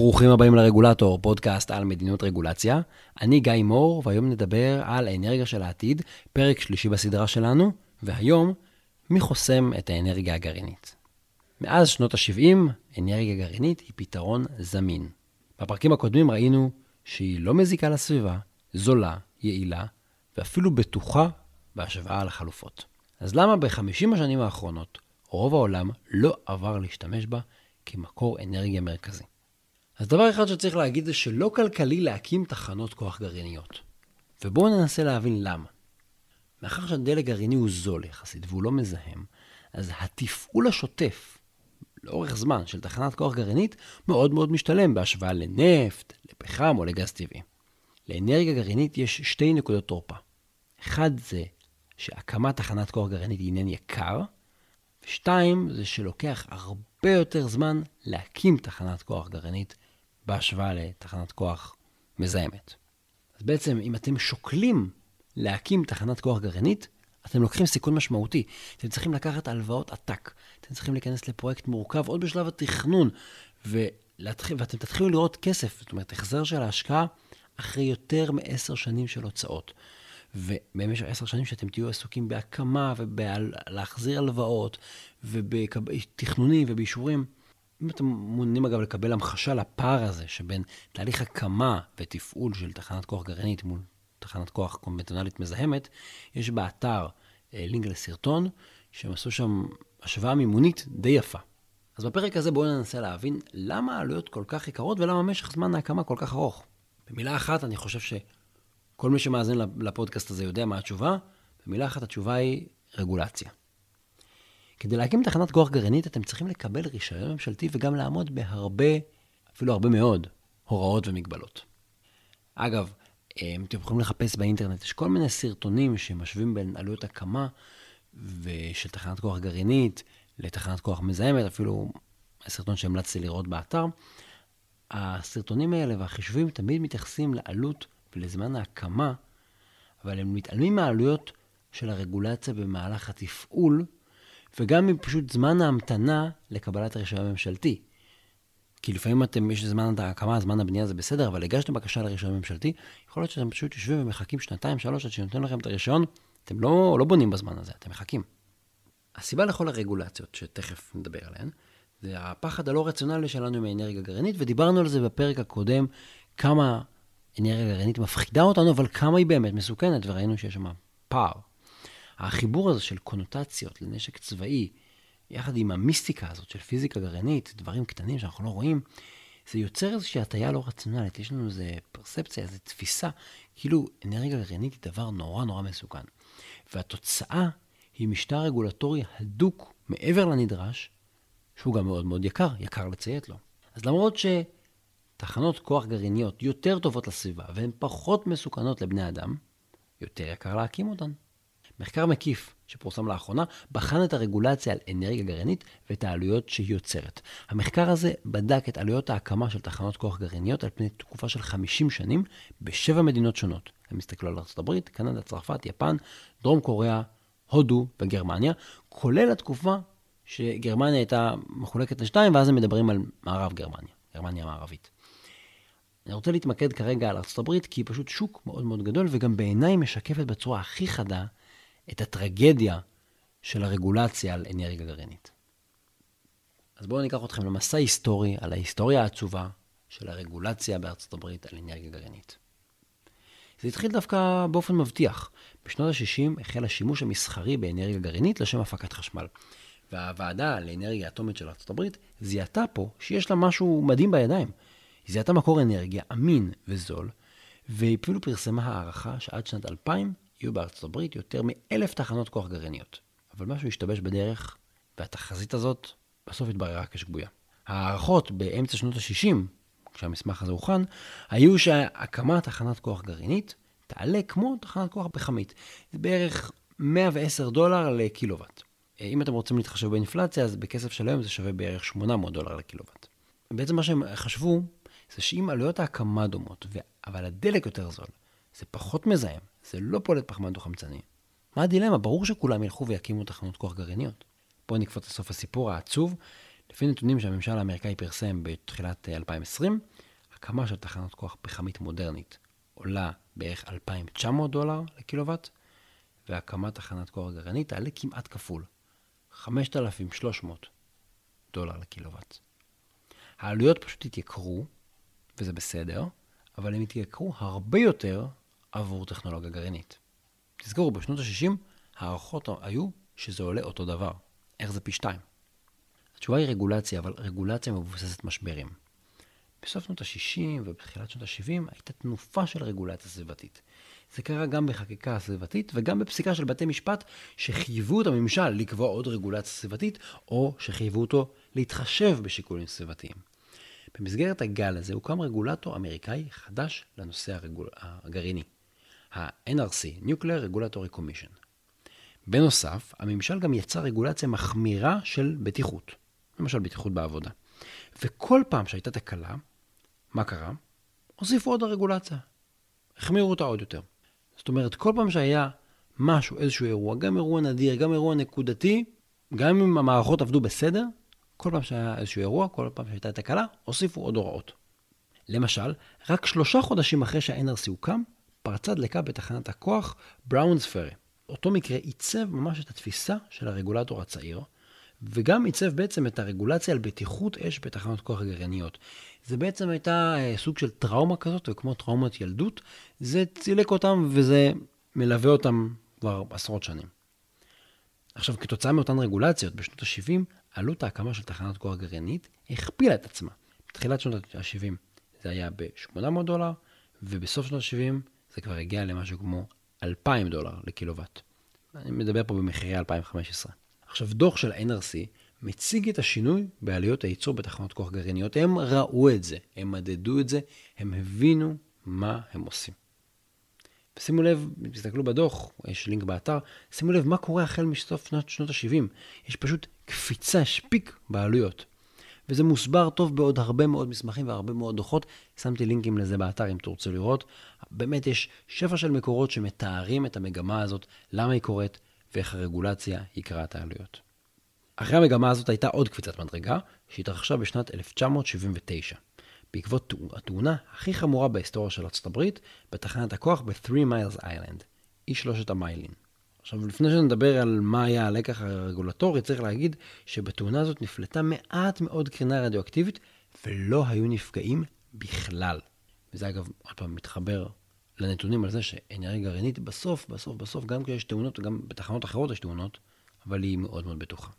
ברוכים הבאים לרגולטור, פודקאסט על מדיניות רגולציה. אני גיא מור, והיום נדבר על האנרגיה של העתיד, פרק שלישי בסדרה שלנו, והיום מי חוסם את האנרגיה הגרעינית. מאז שנות ה-70, אנרגיה גרעינית היא פתרון זמין. בפרקים הקודמים ראינו שהיא לא מזיקה לסביבה, זולה, יעילה, ואפילו בטוחה בהשוואה לחלופות. אז למה ב-50 השנים האחרונות רוב העולם לא עבר להשתמש בה כמקור אנרגיה מרכזי? אז דבר אחד שצריך להגיד זה שלא כלכלי להקים תחנות כוח גרעיניות. ובואו ננסה להבין למה. מאחר שהדלק גרעיני הוא זול יחסית והוא לא מזהם, אז התפעול השוטף לאורך זמן של תחנת כוח גרעינית מאוד מאוד משתלם בהשוואה לנפט, לפחם או לגז טבעי. לאנרגיה גרעינית יש שתי נקודות תורפה. אחד זה שהקמת תחנת כוח גרעינית היא עניין יקר, ושתיים זה שלוקח הרבה יותר זמן להקים תחנת כוח גרעינית בהשוואה לתחנת כוח מזהמת. אז בעצם אם אתם שוקלים להקים תחנת כוח גרעינית, אתם לוקחים סיכון משמעותי. אתם צריכים לקחת הלוואות עתק. אתם צריכים להיכנס לפרויקט מורכב עוד בשלב התכנון, ואתם תתחילו לראות כסף, זאת אומרת, החזר של ההשקעה אחרי יותר מ10 שנים של הוצאות. ובמשך 10 שנים שאתם תהיו עסוקים בהקמה ובלהחזיר הלוואות ובתכנונים ובאישורים. אם אתם מעוניינים אגב לקבל המחשה לפער הזה שבין תהליך הקמה ותפעול של תחנת כוח גרעינית מול תחנת כוח קונבנציונלית מזהמת, יש באתר לינק לסרטון שהם עשו שם השוואה מימונית די יפה. אז בפרק הזה בואו ננסה להבין למה העלויות כל כך יקרות ולמה משך זמן ההקמה כל כך ארוך. במילה אחת אני חושב שכל מי שמאזין לפודקאסט הזה יודע מה התשובה. במילה אחת התשובה היא רגולציה. כדי להקים תחנת כוח גרעינית אתם צריכים לקבל רישיון ממשלתי וגם לעמוד בהרבה, אפילו הרבה מאוד, הוראות ומגבלות. אגב, אתם יכולים לחפש באינטרנט, יש כל מיני סרטונים שמשווים בין עלויות הקמה ושל תחנת כוח גרעינית לתחנת כוח מזהמת, אפילו הסרטון שהמלצתי לראות באתר. הסרטונים האלה והחישובים תמיד מתייחסים לעלות ולזמן ההקמה, אבל הם מתעלמים מהעלויות של הרגולציה במהלך התפעול, וגם מפשוט זמן ההמתנה לקבלת הרישיון הממשלתי. כי לפעמים יש זמן ההקמה, זמן הבנייה זה בסדר, אבל הגשתם בקשה לרישיון הממשלתי, יכול להיות שאתם פשוט יושבים ומחכים 2-3 עד שנותן לכם את הרישיון, אתם לא בונים בזמן הזה, אתם מחכים. הסיבה לכל הרגולציות שתכף נדבר עליהן, זה הפחד הלא רציונלי שלנו מאנרגיה גרעינית, ודיברנו על זה בפרק הקודם, כמה אנרגיה גרעינית מפחידה אותנו, אבל כמה היא באמת מסוכנת, וראינו שיש שם פער. החיבור הזה של קונוטציות לנשק צבאי, יחד עם המיסטיקה הזאת של פיזיקה גרעינית, דברים קטנים שאנחנו לא רואים, זה יוצר איזושהי הטיה לא רציונלית. יש לנו איזו פרספציה, איזו תפיסה, כאילו אנרגיה גרעינית היא דבר נורא נורא מסוכן. והתוצאה היא משטר רגולטורי הדוק מעבר לנדרש, שהוא גם מאוד מאוד יקר לציית לו. אז למרות שתחנות כוח גרעיניות יותר טובות לסביבה, והן פחות מסוכנות לבני אדם, יותר יקר להקים אותן. מחקר מקיף שפורסם לאחרונה בחן את הרגולציה על אנרגיה גרעינית ואת העלויות שהיא יוצרת. המחקר הזה בדק את עלויות ההקמה של תחנות כוח גרעיניות על פני תקופה של 50 שנים ב7 מדינות שונות. הם הסתכלו על ארצות הברית, קנדה, צרפת, יפן, דרום קוריאה, הודו וגרמניה, כולל התקופה שגרמניה הייתה מחולקת לשתיים, ואז הם מדברים על מערב גרמניה, גרמניה המערבית. אני רוצה להתמקד כרגע על ארצות הברית, כי היא פשוט שוק מאוד מאוד גדול, וגם בעיניי משקפת בצורה הכי חדה את הטרגדיה של הרגולציה על אנרגיה גרעינית. אז בואו ניקח אתכם למסע היסטורי על ההיסטוריה העצובה של הרגולציה בארצות הברית על אנרגיה גרעינית. זה התחיל דווקא באופן מבטיח. בשנות ה-60 החל השימוש המסחרי באנרגיה גרעינית לשם הפקת חשמל. והוועדה לאנרגיה אטומית של ארצות הברית זיהתה פה שיש לה משהו מדהים בידיים. היא זיהתה מקור אנרגיה אמין וזול, והיא אפילו פרסמה הערכה שעד שנת 2000 יהיו בארצות הברית יותר מ1,000 תחנות כוח גרעיניות. אבל משהו השתבש בדרך, והתחזית הזאת בסוף התבררה כשגויה. הערכות באמצע שנות ה-60, כשהמסמך הזה הוכן, היו שהקמת תחנת כוח גרעינית תעלה כמו תחנת כוח פחמית. זה בערך $110 לקילוואט. אם אתם רוצים להתחשב באינפלציה, אז בכסף של היום זה שווה בערך $800 לקילוואט. בעצם מה שהם חשבו, זה שאם עלויות ההקמה דומות, אבל הדלק יותר זול, זה פחות מזהם, זה לא פולט פחמן דו-חמצני. מה הדילמה? ברור שכולם ילכו ויקימו תחנות כוח גרעיניות. בואו נקפוץ לסוף הסיפור העצוב. לפי נתונים שהממשל האמריקאי פרסם בתחילת 2020, הקמה של תחנת כוח פחמית מודרנית עולה בערך $2,900 לקילוואט, והקמת תחנת כוח גרעינית תעלה כמעט כפול, $5,300 לקילוואט. העלויות פשוט התייקרו, וזה בסדר, אבל הם התייקרו הרבה יותר עבור טכנולוגיה גרעינית. תזכרו, בשנות ה-60 הערכות היו שזה עולה אותו דבר. איך זה פי 2? התשובה היא רגולציה, אבל רגולציה מבוססת משברים. בסוף שנות ה-60 ובתחילת שנות ה-70 הייתה תנופה של רגולציה סביבתית. זה קרה גם בחקיקה הסביבתית וגם בפסיקה של בתי משפט שחייבו את הממשל לקבוע עוד רגולציה סביבתית, או שחייבו אותו להתחשב בשיקולים סביבתיים. במסגרת הגל הזה הוקם רגולטור אמריקאי חדש לנושא הגרעיני, ה-NRC, Nuclear Regulatory Commission. בנוסף, הממשל גם יצר רגולציה מחמירה של בטיחות, למשל בטיחות בעבודה. וכל פעם שהייתה תקלה, מה קרה? הוסיפו עוד הרגולציה. החמירו אותה עוד יותר. זאת אומרת, כל פעם שהיה משהו, איזשהו אירוע, גם אירוע נדיר, גם אירוע נקודתי, גם אם המערכות עבדו בסדר, כל פעם שהיה איזשהו אירוע, כל פעם שהייתה תקלה, הוסיפו עוד הוראות. למשל, רק 3 חודשים אחרי שה-NRC הוקם, פרצה דלקה בתחנת הכוח בראונספרי. אותו מקרה עיצב ממש את התפיסה של הרגולטור הצעיר, וגם עיצב בעצם את הרגולציה על בטיחות אש בתחנות כוח גרעיניות. זה בעצם הייתה סוג של טראומה כזאת, וכמו טראומת ילדות, זה צילק אותם וזה מלווה אותם כבר עשרות שנים. עכשיו, כתוצאה מאותן רגולציות, בשנות ה-70, עלות ההקמה של תחנת כוח גרעינית הכפילה את עצמה. בתחילת שנות ה-70 זה היה $800, ובסוף שנות ה-70 זה כבר הגיע למשהו כמו $2,000 לקילוואט. אני מדבר פה במחירי 2015. עכשיו, דוח של ה-NRC מציג את השינוי בעלויות הייצור בתחנות כוח גרעיניות. הם ראו את זה, הם מדדו את זה, הם הבינו מה הם עושים. ושימו לב, תסתכלו בדוח, יש לינק באתר, שימו לב מה קורה החל מסוף שנות ה-70. יש פשוט קפיצה, שפיק בעלויות. וזה מוסבר טוב בעוד הרבה מאוד מסמכים והרבה מאוד דוחות. שמתי לינקים לזה באתר אם תרצו לראות. באמת יש שפע של מקורות שמתארים את המגמה הזאת, למה היא קורית ואיך הרגולציה יקרה את העלויות. אחרי המגמה הזאת הייתה עוד קפיצת מדרגה שהתרחשה בשנת 1979. בעקבות התאונה הכי חמורה בהיסטוריה של ארצות הברית, בתחנת הכוח ב-3 Miles Island, שלושת המיילין. עכשיו, לפני שנדבר על מה היה הלקח הרגולטורי, צריך להגיד שבתאונה הזאת נפלטה מעט מאוד קרינה רדיואקטיבית, ולא היו נפגעים בכלל. וזה אגב, עוד פעם, מתחבר לנתונים על זה שאנרגיה גרעינית בסוף, גם כשיש תאונות, גם בתחנות אחרות יש תאונות, אבל היא מאוד מאוד בטוחה.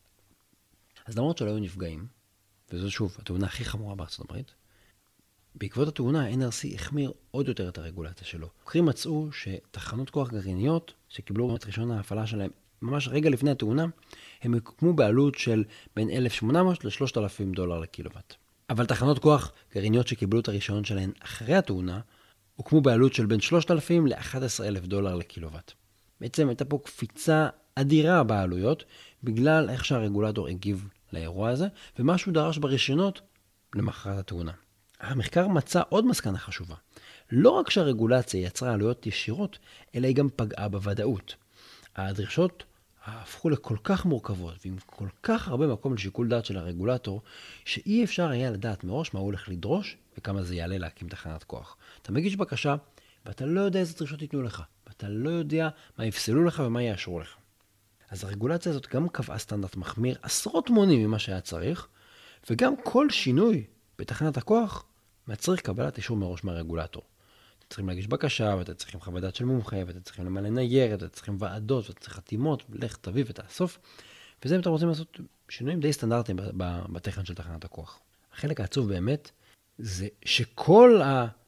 אז למרות שלא היו נפגעים, וזו שוב, התאונה הכי חמורה בארצות הברית, בעקבות התאונה, ה-NRC החמיר עוד יותר את הרגולציה שלו. חוקרים מצאו שתחנות כוח גרעיניות שקיבלו את רישיון ההפעלה שלהם ממש רגע לפני התאונה, הם הוקמו בעלות של בין $1,800 ל-$3,000 לקילוואט. אבל תחנות כוח גרעיניות שקיבלו את הרישיון שלהן אחרי התאונה, הוקמו בעלות של בין $3,000 ל-$11,000 לקילוואט. בעצם הייתה פה קפיצה אדירה בעלויות, בגלל איך שהרגולטור הגיב לאירוע הזה, ומה שהוא דרש ברישיונות למחרת התאונה. המחקר מצא עוד מסקנה חשובה. לא רק שהרגולציה יצרה עלויות ישירות, אלא היא גם פגעה בוודאות. הדרישות הפכו לכל כך מורכבות, ועם כל כך הרבה מקום לשיקול דעת של הרגולטור, שאי אפשר היה לדעת מראש מה הוא הולך לדרוש, וכמה זה יעלה להקים תחנת כוח. אתה מגיש בקשה, ואתה לא יודע איזה דרישות ייתנו לך, ואתה לא יודע מה יפסלו לך ומה יאשרו לך. אז הרגולציה הזאת גם קבעה סטנדרט מחמיר עשרות מונים ממה שהיה צריך, וגם כל שינוי בתחנת הכוח מצריך קבלת אישור מראש מהרגולטור. אתם צריכים להגיש בקשה, ואתם צריכים חוות דעת של מומחה, ואתם צריכים למלא ניירת, ואתם צריכים ועדות, ואתם צריכים חתימות, לך תביא ותאסוף. וזה אם אתם רוצים לעשות שינויים די סטנדרטיים בתכן של תחנת הכוח. החלק העצוב באמת זה שכל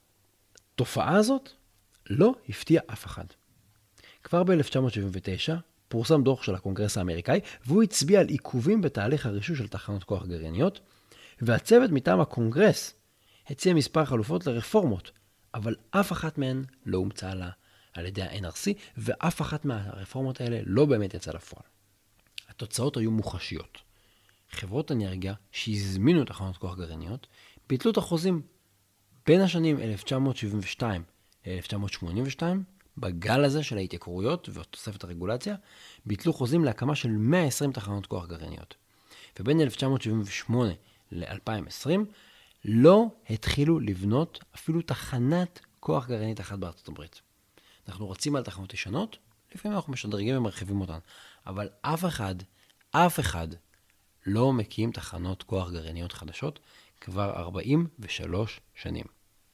התופעה הזאת לא הפתיע אף אחד. כבר ב-1979 פורסם דוח של הקונגרס האמריקאי, והוא הצביע על עיכובים בתהליך הרישוי של תחנות כוח גרעיניות, והצוות מטעם הקונגרס הציע מספר חלופות לרפורמות, אבל אף אחת מהן לא הומצאה על ידי ה-NRC, ואף אחת מהרפורמות האלה לא באמת יצאה לפועל. התוצאות היו מוחשיות. חברות אנרגיה שהזמינו תחנות כוח גרעיניות, ביטלו את החוזים בין השנים 1972 ל-1982, בגל הזה של ההתייקרויות ותוספת הרגולציה, ביטלו חוזים להקמה של 120 תחנות כוח גרעיניות. ובין 1978 ל-2020 לא התחילו לבנות אפילו תחנת כוח גרעינית אחת בארצות הברית. אנחנו רצים על תחנות ישנות, לפעמים אנחנו משדרגים ומרחיבים אותן, אבל אף אחד לא מקים תחנות כוח גרעיניות חדשות כבר 43 שנים.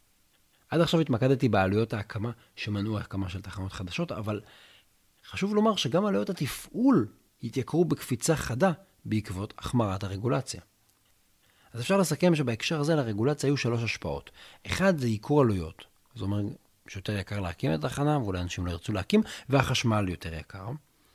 עד עכשיו התמקדתי בעלויות ההקמה שמנעו הקמה של תחנות חדשות, אבל חשוב לומר שגם עלויות התפעול התייקרו בקפיצה חדה בעקבות החמרת הרגולציה. אז אפשר לסכם שבהקשר הזה לרגולציה היו 3 השפעות. אחד זה ייקור עלויות, זאת אומרת שיותר יקר להקים את התחנה, ואולי אנשים לא ירצו להקים, והחשמל יותר יקר.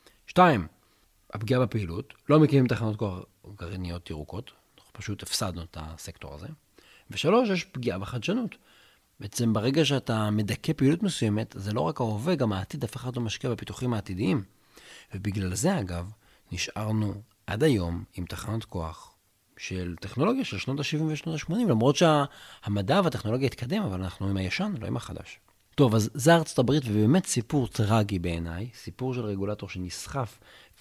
2, הפגיעה בפעילות, לא מקימים תחנות כוח גרעיניות ירוקות, אנחנו פשוט הפסדנו את הסקטור הזה. ו3, יש פגיעה בחדשנות. בעצם ברגע שאתה מדכא פעילות מסוימת, זה לא רק ההווה, גם העתיד, אף אחד לא משקיע בפיתוחים העתידיים. ובגלל זה, אגב, נשארנו עד היום עם תחנות כוח של טכנולוגיה של שנות ה-70 ושנות ה-80, למרות שהמדע והטכנולוגיה התקדם, אבל אנחנו עם הישן, לא עם החדש. טוב, אז זה ארצות הברית, ובאמת סיפור טרגי בעיניי, סיפור של רגולטור שנסחף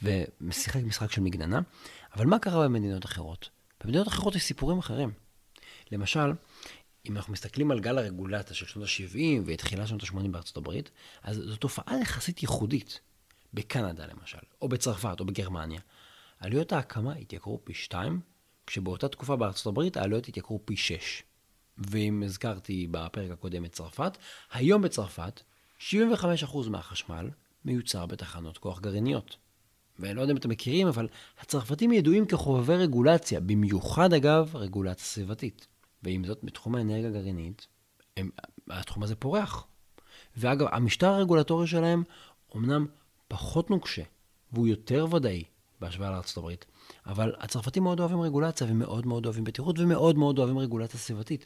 ומשחק משחק של מגננה, אבל מה קרה במדינות אחרות? במדינות אחרות יש סיפורים אחרים. למשל, אם אנחנו מסתכלים על גל הרגולציה של שנות ה-70 והתחילה שנות ה-80 בארצות הברית, אז זו תופעה יחסית ייחודית. בקנדה למשל, או בצרפת, או בגרמניה. עלויות ההקמה התייקרו פי 2, כשבאותה תקופה בארצות הברית העלויות התייקרו פי 6. ואם הזכרתי בפרק הקודם את צרפת, היום בצרפת 75% מהחשמל מיוצר בתחנות כוח גרעיניות. ואני לא יודע אם אתם מכירים, אבל הצרפתים ידועים כחובבי רגולציה, במיוחד אגב רגולציה סביבתית. ועם זאת, בתחום האנרגיה הגרעינית, התחום הזה פורח. ואגב, המשטר הרגולטורי שלהם אומנם פחות נוקשה, והוא יותר ודאי בהשוואה לארצות הברית, אבל הצרפתים מאוד אוהבים רגולציה, ומאוד מאוד אוהבים בטיחות, ומאוד מאוד אוהבים רגולציה סביבתית.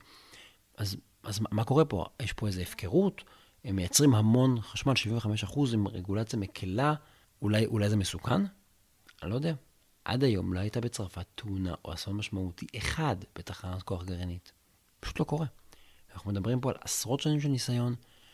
אז מה קורה פה? יש פה איזו הפקרות, הם מייצרים המון חשמל, 75% עם רגולציה מקלה, אולי זה מסוכן? אני לא יודע. עד היום לא הייתה בצרפת תאונה או אסון משמעותי אחד בתחנת כוח גרעינית. פשוט לא קורה. אנחנו מדברים פה על עשרות שנים של ניסיון,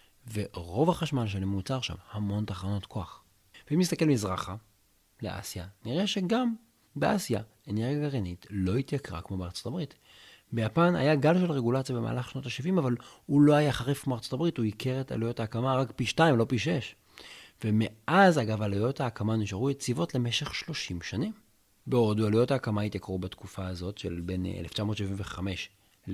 ורוב החשמל שמוצר שם, המון תחנות כוח. ואם נסתכל מזרחה, לאסיה, נראה שגם באסיה אנרגיה גרעינית לא התייקרה כמו בארצות הברית. ביפן היה גל של רגולציה במהלך שנות ה-70, אבל הוא לא היה חריף כמו ארצות הברית, הוא ייקר את עלויות ההקמה רק פי 2, לא פי 6. ומאז, אגב, עלויות ההקמה נשארו יציבות למשך 30 שנים. בעוד עלויות ההקמה התייקרו בתקופה הזאת של בין 1975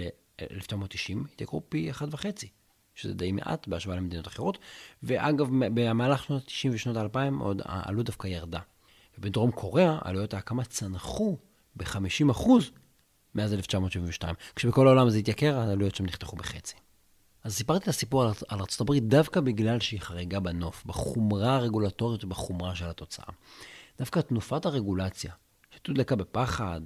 ל-1990, התייקרו פי 1.5, שזה די מעט בהשוואה למדינות אחרות. ואגב, במהלך שנות ה-90 ושנות ה-2000 עוד העלות דווקא ירדה. ובדרום קוריאה, עלויות ההקמה צנחו ב-50% מאז 1972. כשבכל העולם זה התייקר, העלויות שם נחתכו בחצי. אז סיפרתי את הסיפור על ארצות הברית דווקא בגלל שהיא חריגה בנוף, בחומרה הרגולטורית ובחומרה של התוצאה. דווקא תנופת הרגולציה, שתודלקה בפחד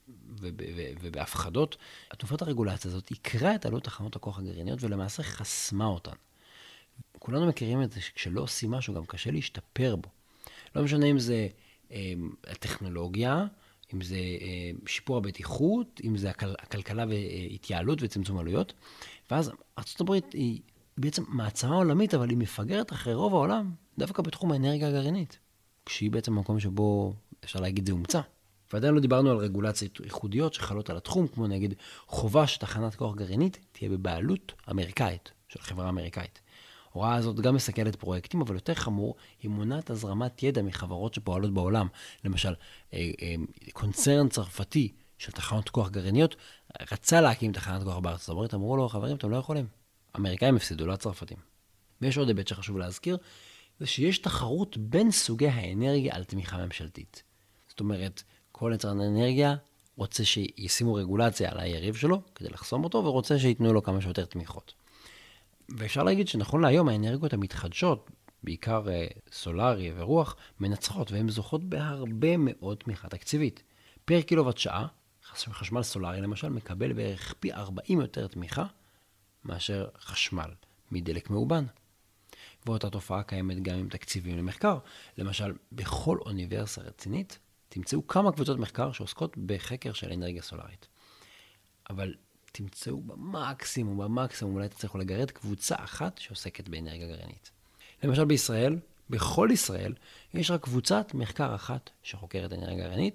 ובהפחדות, תנופת הרגולציה הזאת יקרה את עלות תחנות הכוח הגרעיניות ולמעשה חסמה אותן. כולנו מכירים את זה שכשלא עושים משהו גם קשה להשתפר בו. לא משנה אם זה הטכנולוגיה, אם זה שיפור הבטיחות, אם זה הכלכלה והתייעלות וצמצום עלויות. ואז ארצות הברית היא בעצם מעצמה עולמית, אבל היא מפגרת אחרי רוב העולם, דווקא בתחום האנרגיה הגרעינית. כשהיא בעצם מקום שבו אפשר להגיד זה הומצא. ועדיין לא דיברנו על רגולציות ייחודיות שחלות על התחום, כמו נגיד חובה שתחנת כוח גרעינית תהיה בבעלות אמריקאית, של חברה אמריקאית. ההוראה הזאת גם מסכלת פרויקטים, אבל יותר חמור, היא מונעת הזרמת ידע מחברות שפועלות בעולם. למשל, קונצרן צרפתי של תחנות כוח גרעיניות, רצה להקים תחנת כוח בארצות הברית, אמרו לו, חברים, אתם לא יכולים. האמריקאים הפסידו, לא הצרפתים. ויש עוד היבט שחשוב להזכיר, זה שיש תחרות בין סוגי האנרגיה על תמיכה ממשלתית. זאת אומרת, כל יצרן אנרגיה רוצה שישימו רגולציה על היריב שלו, כדי לחסום אותו, ורוצה שיתנו לו כמה שיותר תמיכות. ואפשר להגיד שנכון להיום האנרגיות המתחדשות, בעיקר סולרי ורוח, מנצחות, והן זוכות בהרבה מאוד תמיכה תקציבית. פר קילוואט שעה, חשמל סולרי למשל, מקבל בערך פי 40 יותר תמיכה, מאשר חשמל מדלק מאובן. ואותה תופעה קיימת גם עם תקציבים למחקר. למשל, בכל אוניברסיטה רצינית, תמצאו כמה קבוצות מחקר שעוסקות בחקר של אנרגיה סולרית. אבל תמצאו במקסימום, אולי תצליחו לגרד קבוצה אחת שעוסקת באנרגיה גרעינית. למשל בישראל, בכל ישראל, יש רק קבוצת מחקר אחת שחוקרת אנרגיה גרעינית,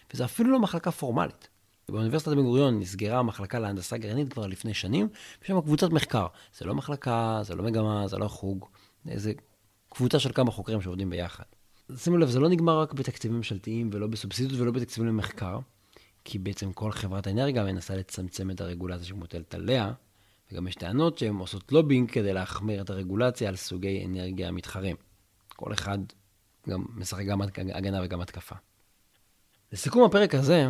וזה אפילו לא מחלקה פורמלית. באוניברסיטת בן גוריון נסגרה המחלקה להנדסה גרעינית כבר לפני שנים, ושם קבוצת מחקר. זה לא מחלקה, זה לא מגמה, זה לא חוג, זה קבוצה של כמה חוקרים שעובדים ביחד. שימו לב, זה לא נגמר רק בתקציבים ממשלתיים ולא בסובסידיות ולא בתקציבים למחקר, כי בעצם כל חברת האנרגיה מנסה לצמצם את הרגולציה שמוטלת עליה, וגם יש טענות שהן עושות לובינג כדי להחמיר את הרגולציה על סוגי אנרגיה מתחרים. כל אחד גם משחק גם הגנה וגם התקפה. לסיכום הפרק הזה,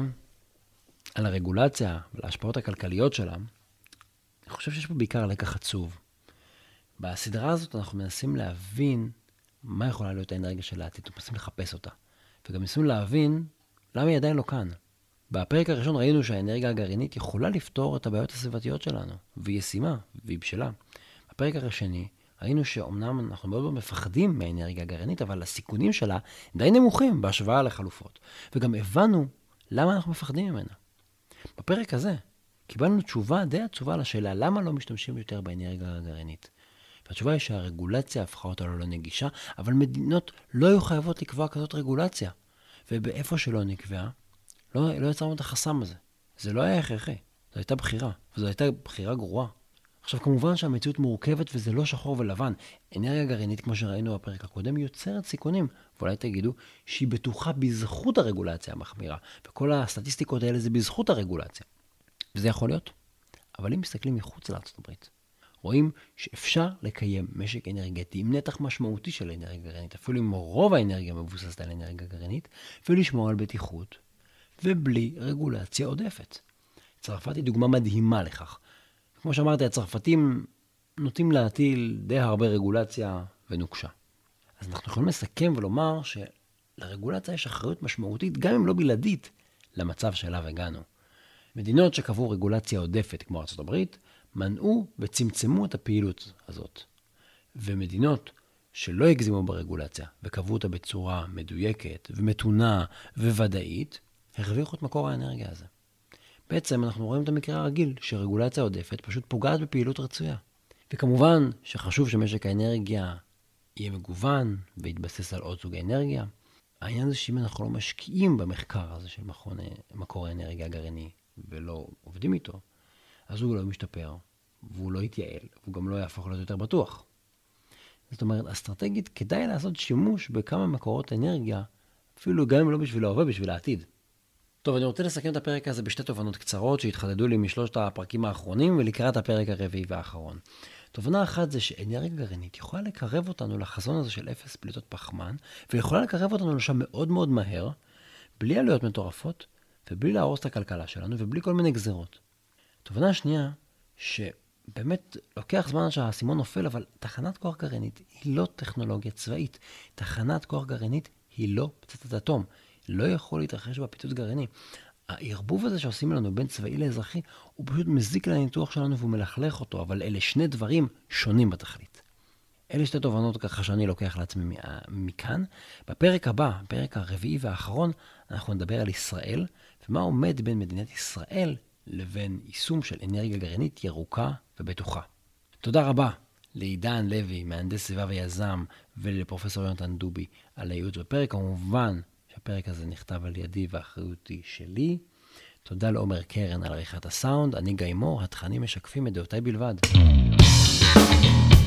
על הרגולציה ולהשפעות הכלכליות שלה, אני חושב שיש פה בעיקר לקח עצוב. בסדרה הזאת אנחנו מנסים להבין מה יכולה להיות האנרגיה של העתיד, ומנסים לחפש אותה. וגם מנסים להבין למה היא עדיין לא כאן. בפרק הראשון ראינו שהאנרגיה הגרעינית יכולה לפתור את הבעיות הסביבתיות שלנו, והיא ישימה, והיא בשלה. בפרק השני ראינו שאומנם אנחנו מאוד מפחדים מהאנרגיה הגרעינית, אבל הסיכונים שלה די נמוכים בהשוואה לחלופות. וגם הבנו למה אנחנו מפחדים ממנה. בפרק הזה קיבלנו תשובה די עצובה לשאלה למה לא משתמשים יותר באנרגיה הגרעינית. והתשובה היא שהרגולציה הפכה אותה לא נגישה, אבל מדינות לא היו חייבות לקבוע כזאת רגולציה. ובאיפה שלא נקבעה, לא יצרנו את החסם הזה. זה לא היה הכרחי, זו הייתה בחירה, וזו הייתה בחירה גרועה. עכשיו כמובן שהמציאות מורכבת וזה לא שחור ולבן. אנרגיה גרעינית, כמו שראינו בפרק הקודם, יוצרת סיכונים. ואולי תגידו שהיא בטוחה בזכות הרגולציה המחמירה, וכל הסטטיסטיקות האלה זה בזכות הרגולציה. וזה יכול להיות. אבל אם מסתכלים מחוץ לארצות הברית, רואים שאפשר לקיים משק אנרגטי עם נתח משמעותי של אנרגיה גרעינית, אפילו אם רוב האנרגיה מבוססת על אנרגיה גרעינית, ולשמור על בטיחות, ובלי רגולציה עודפת. צרפת היא דוגמה מדהימה לכך. כמו שאמרתי, הצרפתים נוטים להטיל די הרבה רגולציה ונוקשה. אז אנחנו יכולים לסכם ולומר שלרגולציה יש אחריות משמעותית, גם אם לא בלעדית, למצב שאליו הגענו. מדינות שקבעו רגולציה עודפת, כמו ארצות הברית, מנעו וצמצמו את הפעילות הזאת. ומדינות שלא הגזימו ברגולציה וקבעו אותה בצורה מדויקת ומתונה וודאית, הרוויחו את מקור האנרגיה הזה. בעצם אנחנו רואים את המקרה הרגיל, שרגולציה עודפת פשוט פוגעת בפעילות רצויה. וכמובן שחשוב שמשק האנרגיה יהיה מגוון ויתבסס על עוד סוגי אנרגיה. העניין זה שאם אנחנו לא משקיעים במחקר הזה של מקור האנרגיה הגרעיני ולא עובדים איתו, אז הוא לא משתפר, והוא לא יתייעל, והוא גם לא יהפוך להיות יותר בטוח. זאת אומרת, אסטרטגית כדאי לעשות שימוש בכמה מקורות אנרגיה, אפילו גם אם לא בשביל ההווה, בשביל העתיד. טוב, אני רוצה לסכם את הפרק הזה בשתי תובנות קצרות שהתחדדו לי משלושת הפרקים האחרונים ולקראת הפרק הרביעי והאחרון. תובנה אחת זה שאנרגיה גרעינית יכולה לקרב אותנו לחזון הזה של אפס פליטות פחמן, ויכולה לקרב אותנו לשם מאוד מאוד מהר, בלי עלויות מטורפות, ובלי להרוס את הכלכלה שלנו, ובלי כל מיני גזרות. תובנה השנייה, שבאמת לוקח זמן שהאסימון נופל, אבל תחנת כוח גרעינית היא לא טכנולוגיה צבאית. תחנת כוח גרעינית היא לא פצצת אטום. לא יכול להתרחש בפיצוץ גרעיני. הערבוב הזה שעושים לנו בין צבאי לאזרחי, הוא פשוט מזיק לניתוח שלנו והוא מלכלך אותו, אבל אלה שני דברים שונים בתכלית. אלה שתי תובנות ככה שאני לוקח לעצמי מכאן. בפרק הבא, הפרק הרביעי והאחרון, אנחנו נדבר על ישראל, ומה עומד בין מדינת ישראל לבין יישום של אנרגיה גרעינית ירוקה ובטוחה. תודה רבה לעידן לוי, מהנדס סביבה ויזם, ולפרופסור יונתן דובי על הייעוץ בפרק. כמובן שהפרק הזה נכתב על ידי והאחריות היא שלי. תודה לעומר קרן על עריכת הסאונד. אני גיא מור, התכנים משקפים את דעותיי בלבד.